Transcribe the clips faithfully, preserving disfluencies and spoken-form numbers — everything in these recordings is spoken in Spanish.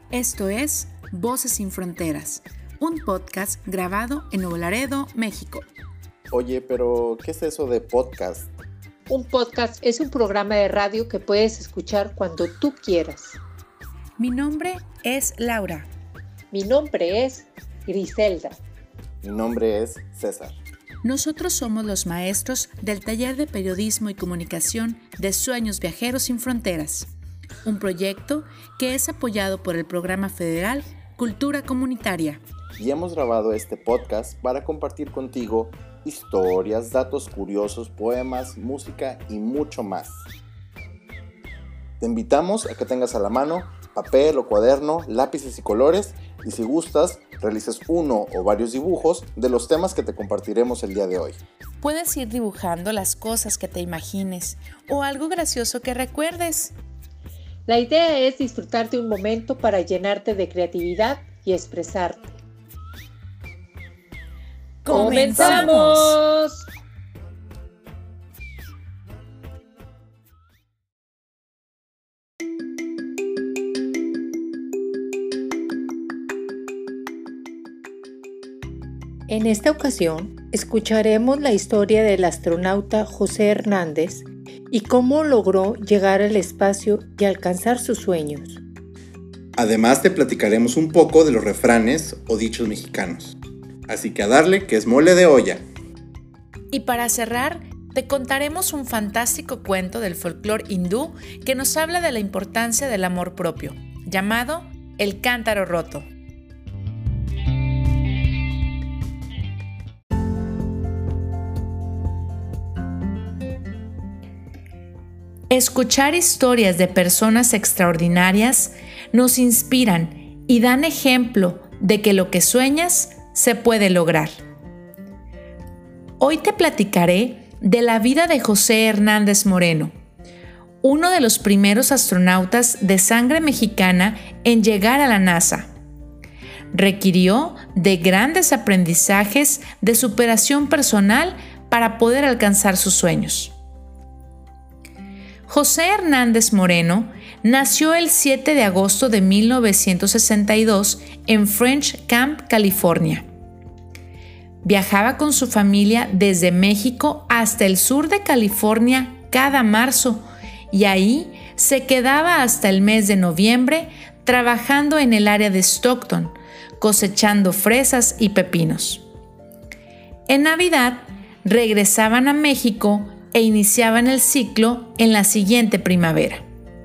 Esto es Voces sin Fronteras, un podcast grabado en Nuevo Laredo, México. Oye, pero ¿qué es eso de podcast? Un podcast es un programa de radio que puedes escuchar cuando tú quieras. Mi nombre es Laura. Mi nombre es Griselda. Mi nombre es César. Nosotros somos los maestros del Taller de Periodismo y Comunicación de Sueños Viajeros sin Fronteras, un proyecto que es apoyado por el Programa Federal Cultura Comunitaria. Y hemos grabado este podcast para compartir contigo historias, datos curiosos, poemas, música y mucho más. Te invitamos a que tengas a la mano papel o cuaderno, lápices y colores, y si gustas, realices uno o varios dibujos de los temas que te compartiremos el día de hoy. Puedes ir dibujando las cosas que te imagines o algo gracioso que recuerdes. La idea es disfrutar de un momento para llenarte de creatividad y expresarte. ¡Comenzamos! En esta ocasión, escucharemos la historia del astronauta José Hernández y cómo logró llegar al espacio y alcanzar sus sueños. Además, te platicaremos un poco de los refranes o dichos mexicanos. Así que a darle, que es mole de olla. Y para cerrar, te contaremos un fantástico cuento del folclore hindú que nos habla de la importancia del amor propio, llamado El Cántaro Roto. Escuchar historias de personas extraordinarias nos inspiran y dan ejemplo de que lo que sueñas se puede lograr. Hoy te platicaré de la vida de José Hernández Moreno, uno de los primeros astronautas de sangre mexicana en llegar a la NASA. Requirió de grandes aprendizajes de superación personal para poder alcanzar sus sueños. José Hernández Moreno nació el siete de agosto de mil novecientos sesenta y dos en French Camp, California. Viajaba con su familia desde México hasta el sur de California cada marzo y ahí se quedaba hasta el mes de noviembre trabajando en el área de Stockton, cosechando fresas y pepinos. En Navidad regresaban a México e iniciaban el ciclo en la siguiente primavera.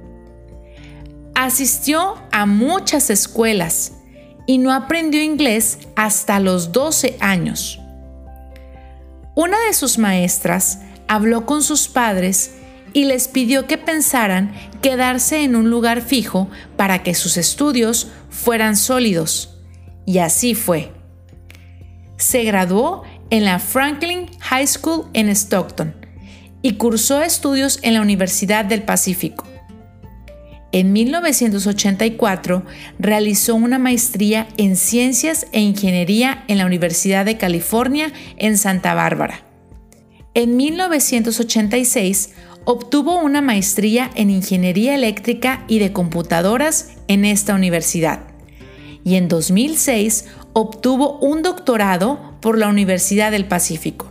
Asistió a muchas escuelas y no aprendió inglés hasta los doce años. Una de sus maestras habló con sus padres y les pidió que pensaran quedarse en un lugar fijo para que sus estudios fueran sólidos, y así fue. Se graduó en la Franklin High School en Stockton y cursó estudios en la Universidad del Pacífico. En mil novecientos ochenta y cuatro realizó una maestría en Ciencias e Ingeniería en la Universidad de California en Santa Bárbara. En mil novecientos ochenta y seis obtuvo una maestría en Ingeniería Eléctrica y de Computadoras en esta universidad. Y en dos mil seis obtuvo un doctorado por la Universidad del Pacífico.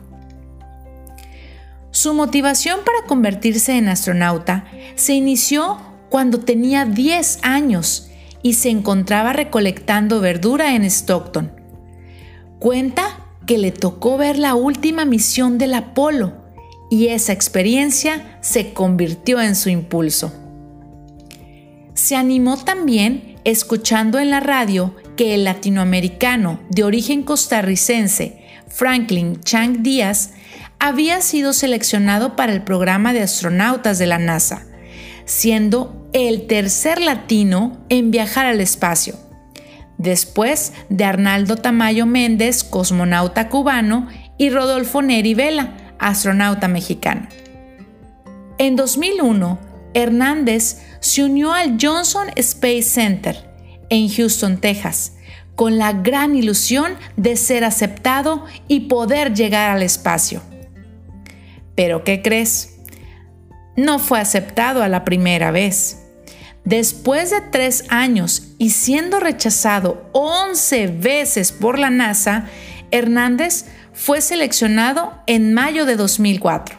Su motivación para convertirse en astronauta se inició cuando tenía diez años y se encontraba recolectando verdura en Stockton. Cuenta que le tocó ver la última misión del Apolo y esa experiencia se convirtió en su impulso. Se animó también escuchando en la radio que el latinoamericano de origen costarricense Franklin Chang Díaz había sido seleccionado para el programa de astronautas de la NASA, siendo el tercer latino en viajar al espacio, después de Arnaldo Tamayo Méndez, cosmonauta cubano, y Rodolfo Neri Vela, astronauta mexicano. En dos mil uno, Hernández se unió al Johnson Space Center en Houston, Texas, con la gran ilusión de ser aceptado y poder llegar al espacio. ¿Pero qué crees? No fue aceptado a la primera vez. Después de tres años y siendo rechazado once veces por la NASA, Hernández fue seleccionado en mayo de dos mil cuatro.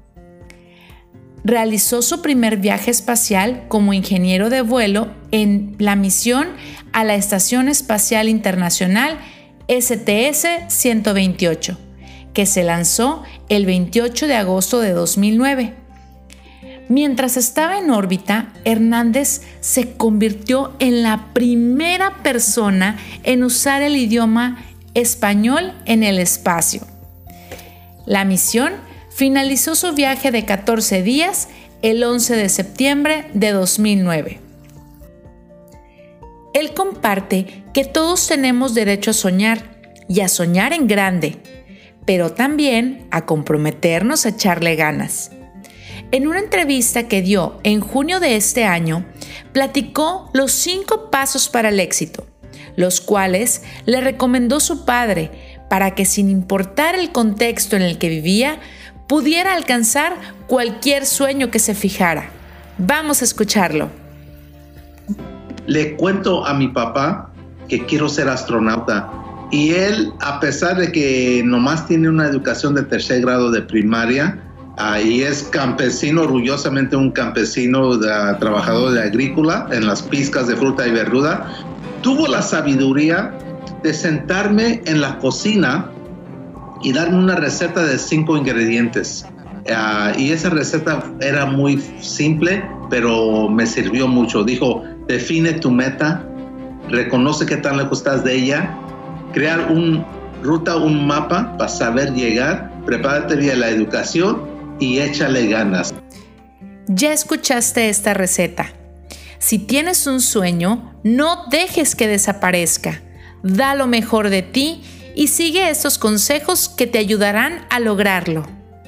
Realizó su primer viaje espacial como ingeniero de vuelo en la misión a la Estación Espacial Internacional S T S ciento veintiocho, que se lanzó el veintiocho de agosto de dos mil nueve. Mientras estaba en órbita, Hernández se convirtió en la primera persona en usar el idioma español en el espacio. La misión finalizó su viaje de catorce días el once de septiembre de dos mil nueve. Él comparte que todos tenemos derecho a soñar y a soñar en grande, pero también a comprometernos a echarle ganas. En una entrevista que dio en junio de este año, platicó los cinco pasos para el éxito, los cuales le recomendó su padre para que, sin importar el contexto en el que vivía, pudiera alcanzar cualquier sueño que se fijara. Vamos a escucharlo. Le cuento a mi papá que quiero ser astronauta y él, a pesar de que nomás tiene una educación de tercer grado de primaria, uh, y es campesino, orgullosamente un campesino de, uh, trabajador de agrícola en las pizcas de fruta y verdura, tuvo la sabiduría de sentarme en la cocina y darme una receta de cinco ingredientes. Uh, y esa receta era muy simple, pero me sirvió mucho. Dijo, define tu meta, reconoce qué tan lejos estás de ella, crear una ruta, un mapa para saber llegar, prepárate bien la educación y échale ganas. Ya escuchaste esta receta. Si tienes un sueño, no dejes que desaparezca. Da lo mejor de ti y sigue estos consejos que te ayudarán a lograrlo.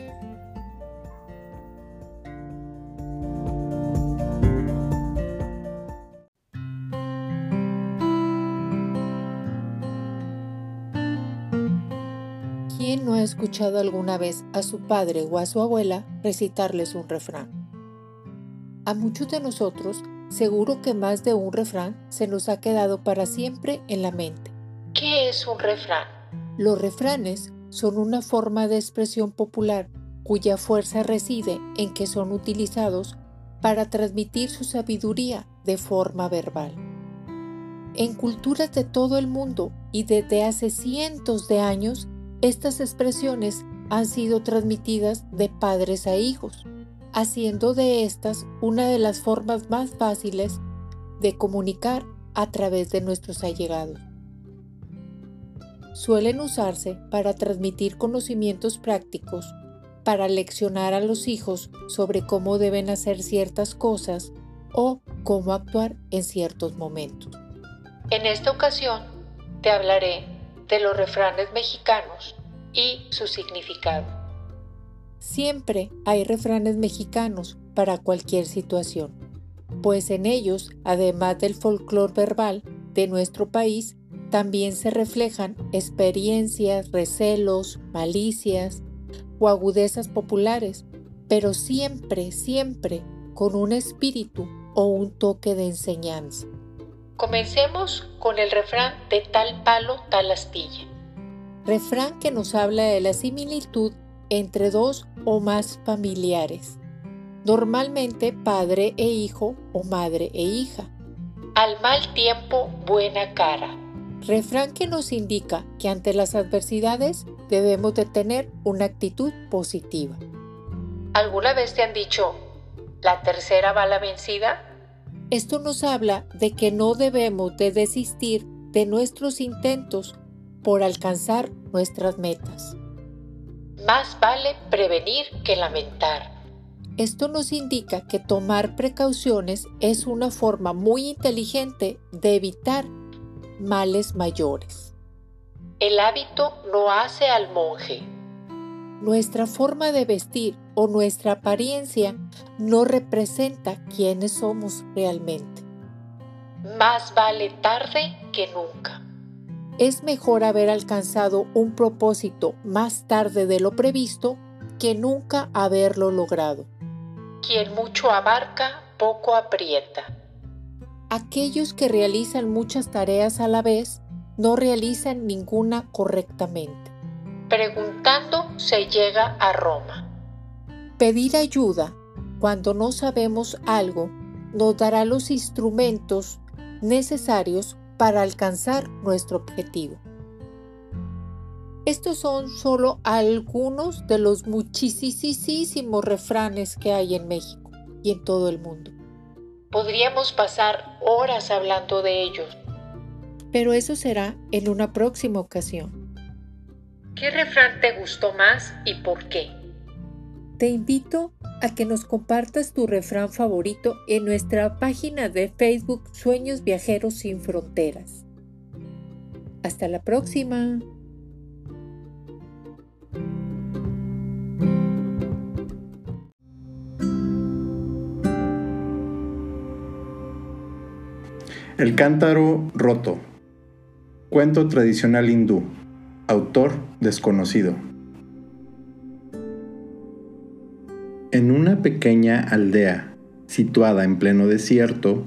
¿Quién no ha escuchado alguna vez a su padre o a su abuela recitarles un refrán? A muchos de nosotros, seguro que más de un refrán se nos ha quedado para siempre en la mente. ¿Qué es un refrán? Los refranes son una forma de expresión popular cuya fuerza reside en que son utilizados para transmitir su sabiduría de forma verbal. En culturas de todo el mundo y desde hace cientos de años, estas expresiones han sido transmitidas de padres a hijos, haciendo de estas una de las formas más fáciles de comunicar a través de nuestros allegados. Suelen usarse para transmitir conocimientos prácticos, para leccionar a los hijos sobre cómo deben hacer ciertas cosas o cómo actuar en ciertos momentos. En esta ocasión te hablaré de los refranes mexicanos y su significado. Siempre hay refranes mexicanos para cualquier situación, pues en ellos, además del folclore verbal de nuestro país, también se reflejan experiencias, recelos, malicias o agudezas populares, pero siempre, siempre con un espíritu o un toque de enseñanza. Comencemos con el refrán de tal palo, tal astilla. Refrán que nos habla de la similitud entre dos o más familiares, normalmente padre e hijo o madre e hija. Al mal tiempo, buena cara. Refrán que nos indica que ante las adversidades debemos de tener una actitud positiva. ¿Alguna vez te han dicho, la tercera va la vencida? Esto nos habla de que no debemos de desistir de nuestros intentos por alcanzar nuestras metas. Más vale prevenir que lamentar. Esto nos indica que tomar precauciones es una forma muy inteligente de evitar males mayores. El hábito no hace al monje. Nuestra forma de vestir o nuestra apariencia no representa quiénes somos realmente. Más vale tarde que nunca. Es mejor haber alcanzado un propósito más tarde de lo previsto que nunca haberlo logrado. Quien mucho abarca, poco aprieta. Aquellos que realizan muchas tareas a la vez no realizan ninguna correctamente. Preguntando se llega a Roma. Pedir ayuda cuando no sabemos algo nos dará los instrumentos necesarios para alcanzar nuestro objetivo. Estos son solo algunos de los muchísimos refranes que hay en México y en todo el mundo. Podríamos pasar horas hablando de ellos, pero eso será en una próxima ocasión. ¿Qué refrán te gustó más y por qué? Te invito a que nos compartas tu refrán favorito en nuestra página de Facebook Sueños Viajeros Sin Fronteras. Hasta la próxima. El cántaro roto. Cuento tradicional hindú. Autor desconocido. En una pequeña aldea situada en pleno desierto,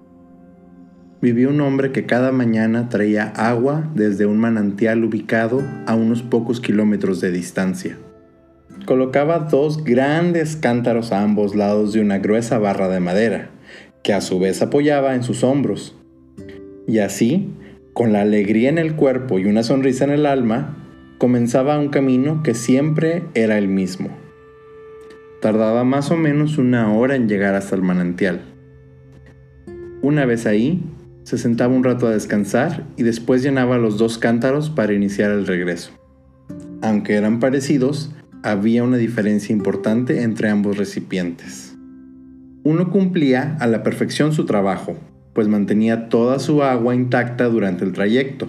vivía un hombre que cada mañana traía agua desde un manantial ubicado a unos pocos kilómetros de distancia. Colocaba dos grandes cántaros a ambos lados de una gruesa barra de madera, que a su vez apoyaba en sus hombros. Y así, con la alegría en el cuerpo y una sonrisa en el alma, comenzaba un camino que siempre era el mismo. Tardaba más o menos una hora en llegar hasta el manantial. Una vez ahí, se sentaba un rato a descansar y después llenaba los dos cántaros para iniciar el regreso. Aunque eran parecidos, había una diferencia importante entre ambos recipientes. Uno cumplía a la perfección su trabajo, pues mantenía toda su agua intacta durante el trayecto.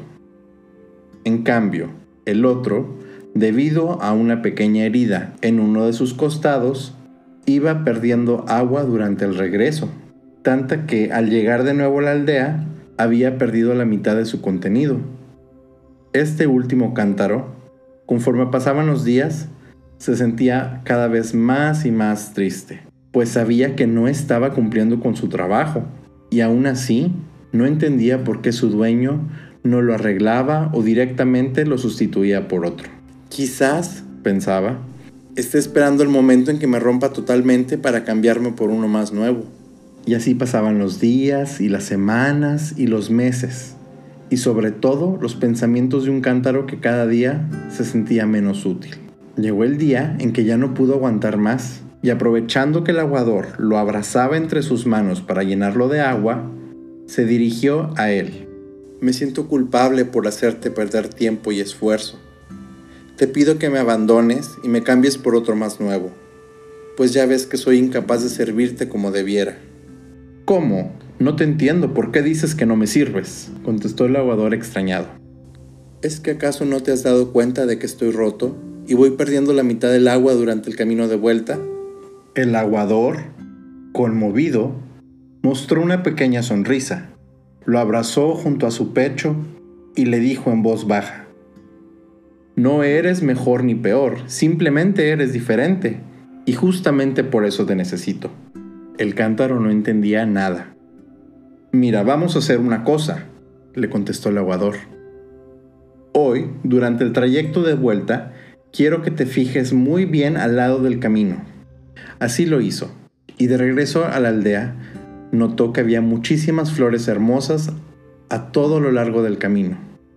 En cambio, el otro, debido a una pequeña herida en uno de sus costados, iba perdiendo agua durante el regreso, tanta que al llegar de nuevo a la aldea, había perdido la mitad de su contenido. Este último cántaro, conforme pasaban los días, se sentía cada vez más y más triste, pues sabía que no estaba cumpliendo con su trabajo, y aún así no entendía por qué su dueño no lo arreglaba o directamente lo sustituía por otro. Quizás, pensaba, esté esperando el momento en que me rompa totalmente para cambiarme por uno más nuevo. Y así pasaban los días y las semanas y los meses, y sobre todo los pensamientos de un cántaro que cada día se sentía menos útil. Llegó el día en que ya no pudo aguantar más, y aprovechando que el aguador lo abrazaba entre sus manos para llenarlo de agua, se dirigió a él. Me siento culpable por hacerte perder tiempo y esfuerzo. Te pido que me abandones y me cambies por otro más nuevo, pues ya ves que soy incapaz de servirte como debiera. ¿Cómo? No te entiendo, ¿por qué dices que no me sirves?, contestó el aguador extrañado. ¿Es que acaso no te has dado cuenta de que estoy roto y voy perdiendo la mitad del agua durante el camino de vuelta? El aguador, conmovido, mostró una pequeña sonrisa, lo abrazó junto a su pecho y le dijo en voz baja: No eres mejor ni peor, simplemente eres diferente, y justamente por eso te necesito. El cántaro no entendía nada. Mira, vamos a hacer una cosa, le contestó el aguador. Hoy, durante el trayecto de vuelta, quiero que te fijes muy bien al lado del camino. Así lo hizo, y de regreso a la aldea, notó que había muchísimas flores hermosas a todo lo largo del camino.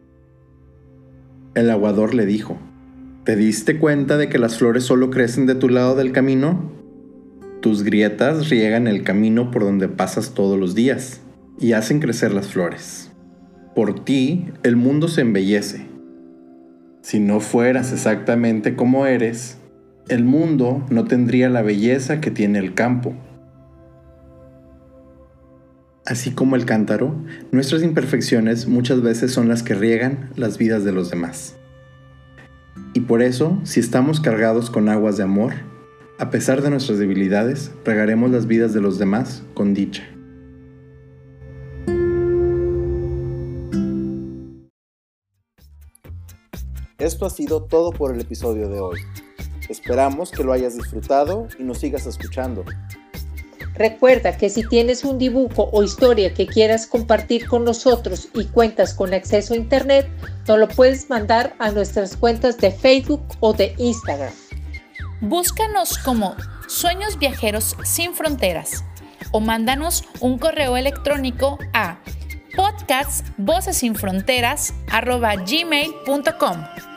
El aguador le dijo: ¿Te diste cuenta de que las flores solo crecen de tu lado del camino? Tus grietas riegan el camino por donde pasas todos los días y hacen crecer las flores. Por ti, el mundo se embellece. Si no fueras exactamente como eres, el mundo no tendría la belleza que tiene el campo. Así como el cántaro, nuestras imperfecciones muchas veces son las que riegan las vidas de los demás. Y por eso, si estamos cargados con aguas de amor, a pesar de nuestras debilidades, regaremos las vidas de los demás con dicha. Esto ha sido todo por el episodio de hoy. Esperamos que lo hayas disfrutado y nos sigas escuchando. Recuerda que si tienes un dibujo o historia que quieras compartir con nosotros y cuentas con acceso a internet, nos lo puedes mandar a nuestras cuentas de Facebook o de Instagram. Búscanos como Sueños Viajeros Sin Fronteras o mándanos un correo electrónico a podcast voces sin fronteras arroba gmail punto com.